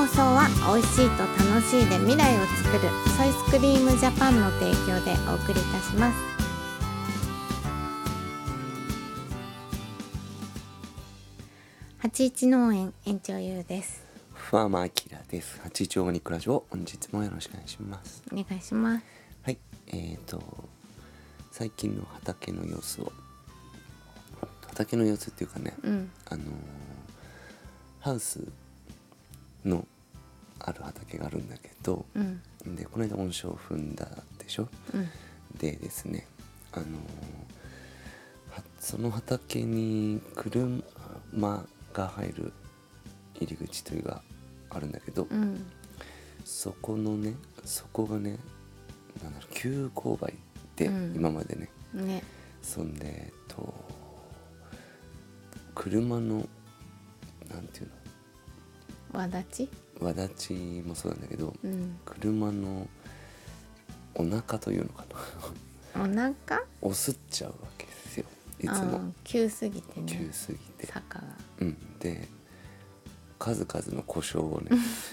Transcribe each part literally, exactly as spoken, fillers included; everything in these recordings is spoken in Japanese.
放送は美味しいと楽しいで未来を作るソイスクリームジャパンの提供でお送りいたします。はちいち農園園長ゆうです。 ファーマーアキラです。はちいちオーガニックラジオ、本日もよろしくお願いします。 お願いします。 はい、えーと最近の畑の様子を畑の様子っていうかね、 うん、 あのー、ハウスのある畑があるんだけど、 うん、 でこの間温床を踏んだでしょ、 うん、 でですね、あのー、その畑に車が入る入り口というかあるんだけど、 うん、 そこのねそこがねなんだろう急勾配で、うん、今までねねそんでえっと車のなんていうのわだちわだちもそうなんだけど、 うん、 車のお腹というのかなお腹押すっちゃうわけですよいつも。 急すぎてね急すぎて坂が、 うん、で数々の故障をね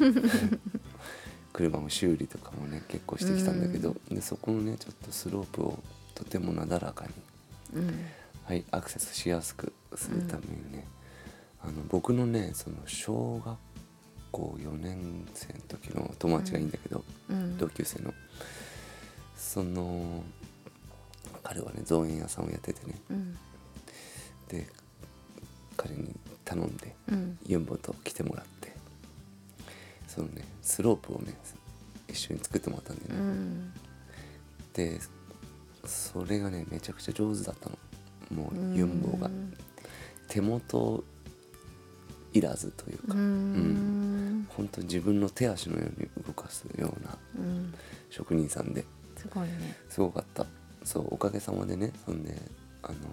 車も修理とかもね結構してきたんだけど、うん、でそこのねちょっとスロープをとてもなだらかに、うんはい、アクセスしやすくするためにね、うん、あの僕のねその小学校よねん生の時の友達がいいんだけど、うん、同級生のその彼はね造園屋さんをやっててね、うん、で彼に頼んで、うん、ユンボと来てもらってそのねスロープをね一緒に作ってもらったんだよね、うん、でそれがねめちゃくちゃ上手だったの。もうユンボが手元いらずというか、うん、本当に自分の手足のように動かすような職人さんで、 すごいね。 すごかった。そうおかげさまでねそんであの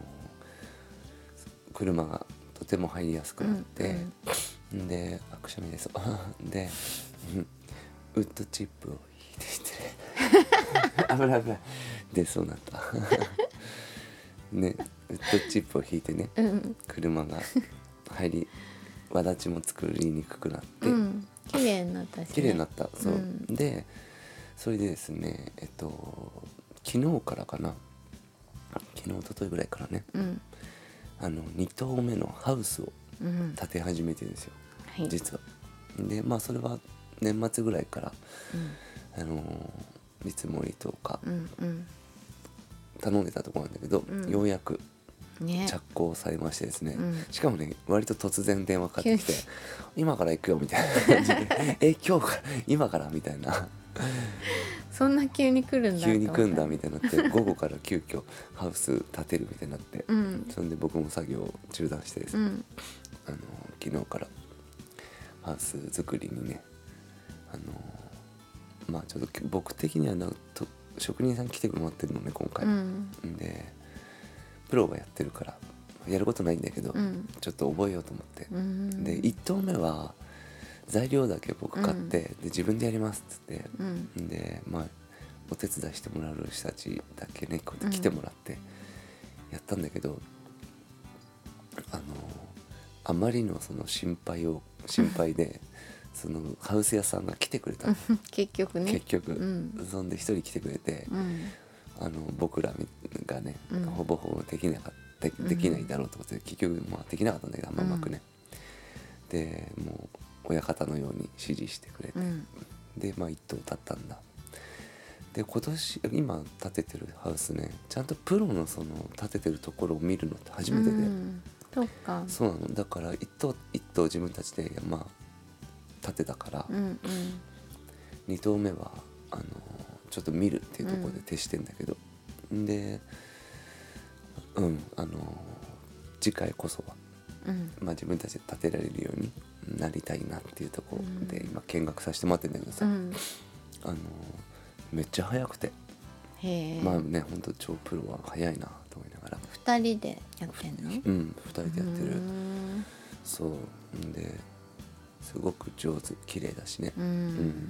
車がとても入りやすくなって、うんうん、であくしゃみですでウッドチップを引いていて危ない危ないでそうなったねウッドチップを引いてね、うん、車が入りわだちも作りにくくなって、うん、 綺麗になったし、ね、 綺麗になったそう、うん、でそれでですねえっと昨日からかな昨日一昨日ぐらいからね、うん、あのに棟目のハウスを建て始めてるんですよ、うん、実は。でまあそれは年末ぐらいから、うん、あの見積もりとか頼んでたところなんだけど、うん、ようやく着工されましてですね、ねしかもね割と突然電話かかってきて今から行くよみたいな感じでえ今日から今からみたいなそんな急に来るんだ急に来るんだみたいになって午後から急遽ハウス建てるみたいになって、うん、そんで僕も作業を中断してですね、うん、あの昨日からハウス作りにねあのまあちょっと僕的にはなと職人さん来てもらってるのね今回、うん、でプロがやってるからやることないんだけど、うん、ちょっと覚えようと思って、うん、でいち棟目は材料だけ僕買って、うん、で自分でやりますっつって、うん、でまあお手伝いしてもらう人たちだけねこうやって来てもらってやったんだけど、うん、あのあまりのその心配を心配でそのハウス屋さんが来てくれた結局ね結局、うん、そんで一人来てくれて、うん、あの僕らがね、うん、ほぼほぼできなかったできないだろうと思って、結局まあできなかったんだけどあんまうまくね、うん、でもう親方のように指示してくれて、うん、でまあ一棟建ったんだ。で今年今建ててるハウスねちゃんとプロのその建ててるところを見るのって初めてで、うん、 そうかそうなのだから一棟一棟自分たちでまあ建てたから、うんうん、に棟目はあのちょっと見るっていうところで徹してんだけど、うん、でうんあの次回こそは、うんまあ、自分たちで建てられるようになりたいなっていうところで今見学させてもらってるんだけどさ、うん、あのめっちゃ早くてへまあねほんと超プロは早いなと思いながらふたりでやってんの？ うんふたりでやってる。そうですごく上手綺麗だしね、うん、うん、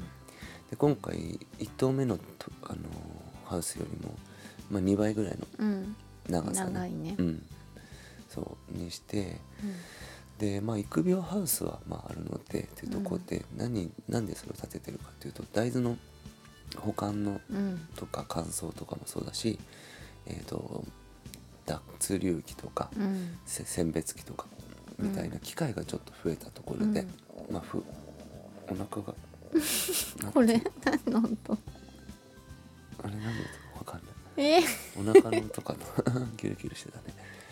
で今回いち棟目のとあのハウスよりも、まあ、にばいぐらいの長さ、ねうん、長いね、 うん、そうにして、 でまあ育苗ハウスはまああるのでっていうところで、うん、何なんでそれを建ててるかというと、大豆の保管のとか乾燥とかもそうだし、うん、えーと脱粒機とか、うん、選別機とかみたいな機械がちょっと増えたところで、うん、まあふお腹がこれ何の音？ あれ何の音か分かんない。 えー、 お腹の音かなキュルキュルしてたね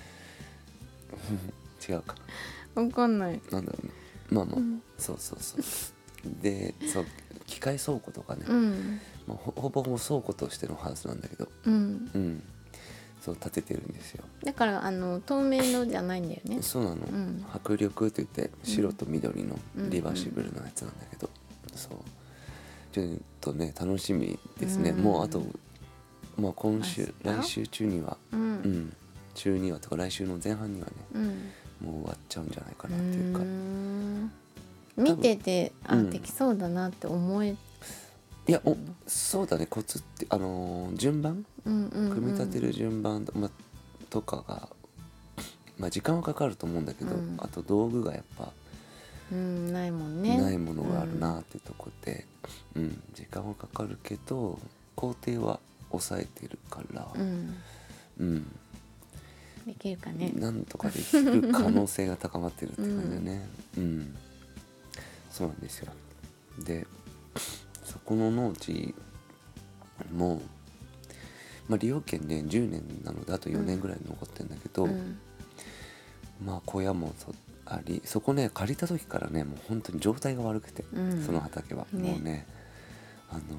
違うか分かんない。 なんだろうね。まあまあ、うん、そうそうそうでそう機械倉庫とかね、うん、まあ、ほ, ほぼほぼ倉庫としてのハウスなんだけど、うん、うん、そう建ててるんですよ。 だからあの透明のじゃないんだよね。 そうなの、うん、迫力といって白と緑のリバーシブルのやつなんだけど、うんうん、そうちょっとね楽しみですね、うん、もうあと、まあ、今週来週中には、うんうん、中にはとか来週の前半にはね、うん、もう終わっちゃうんじゃないかなっていうか、う見ててあ、うん、できそうだなって思えいやおそうだね。コツってあのー、順番、うんうんうん、組み立てる順番、ま、とかが、まあ、時間はかかると思うんだけど、うん、あと道具がやっぱ、 うん、ないもんね。 ないものがあるなっていうとこで、うん、うん、時間はかかるけど工程は抑えてるから、うん、うん、 できるかね。 なんとかできる可能性が高まってるって感じだね、うん、うん、そうなんですよ。でそこの農地も、まあ、利用権ねじゅうねんなのであとよねんぐらい残ってるんだけど、うん、まあ小屋もそあり、そこね借りた時からねもう本当に状態が悪くて、うん、その畑は、ね、もうねあのー、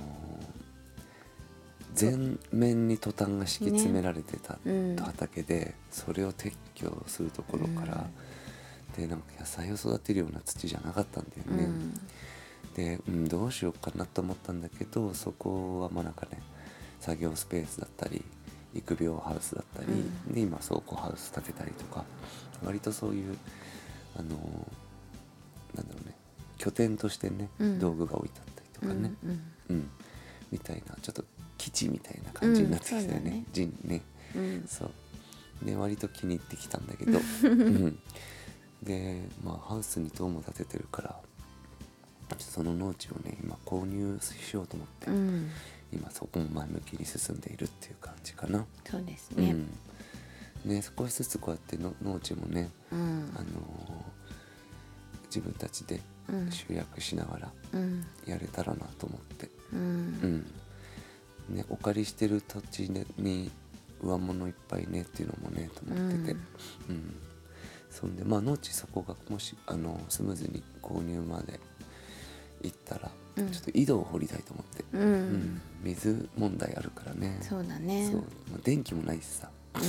全面にトタンが敷き詰められてた畑で、ね、それを撤去するところから、うん、でなんか野菜を育てるような土じゃなかったんだよね、うん、で、うん、どうしようかなと思ったんだけど、そこはまあなんかね作業スペースだったり育苗ハウスだったり、うん、で今倉庫ハウス建てたりとか割とそういうあのなんだろうね拠点としてね、うん、道具が置いてあったりとかね、うんうんうん、みたいなちょっと基地みたいな感じになってきたよね、うん、ね陣ね、うん、そうで割と気に入ってきたんだけど、うん、でまあハウスに塔も建ててるからその農地をね今購入しようと思って、うん、今そこも前向きに進んでいるっていう感じかな。 そうですね、 うん、ね少しずつこうやっての農地もね、うん、あのー、自分たちで集約しながらやれたらなと思って、うんうんね、お借りしてる土地に上物いっぱいねっていうのもねと思ってて、うんうん、そんでまあ農地そこがもしあのスムーズに購入まで行ったら、うん、ちょっと井戸を掘りたいと思って、うんうん、水問題あるからね。 そうだね。 そう、まあ、電気もないしさ、うんうん、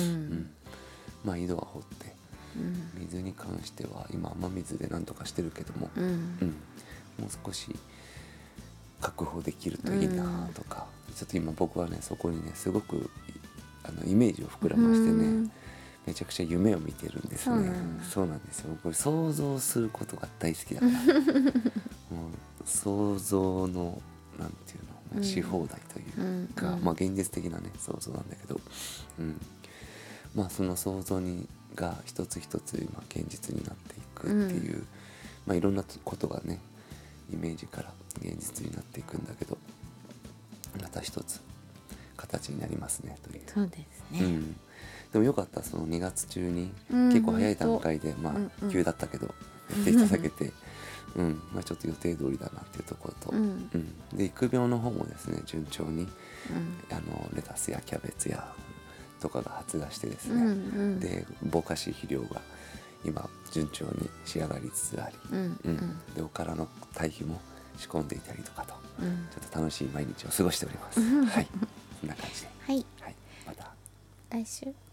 まあ井戸は掘って、うん、水に関しては今雨水でなんとかしてるけども、うんうん、もう少し確保できるといいなとか、うん、ちょっと今僕はねそこにねすごくあのイメージを膨らましてね、うん、めちゃくちゃ夢を見てるんですね。そうなんですよ。僕想像することが大好きだからもう想像のなんていうのし放題というか、うん、まあ現実的なね想像なんだけど、うん、まあその想像にが一つ一つ今現実になっていくっていう、うん、まあいろんなことがねイメージから現実になっていくんだけどまた一つ形になりますねという。 そうですね、 うん、でもよかったそのにがつ中に結構早い段階で、まあ急だったけどやっていただけて、うんまあ、ちょっと予定通りだなっていうところと、うんうん、で育苗の方もですね順調に、うん、あのレタスやキャベツやとかが発芽してですね、うんうん、でぼかし肥料が今順調に仕上がりつつあり、うんうん、でおからの堆肥も仕込んでいたりとかと、うん、ちょっと楽しい毎日を過ごしております、はい、そんな感じで、 はい、 はい、また来週。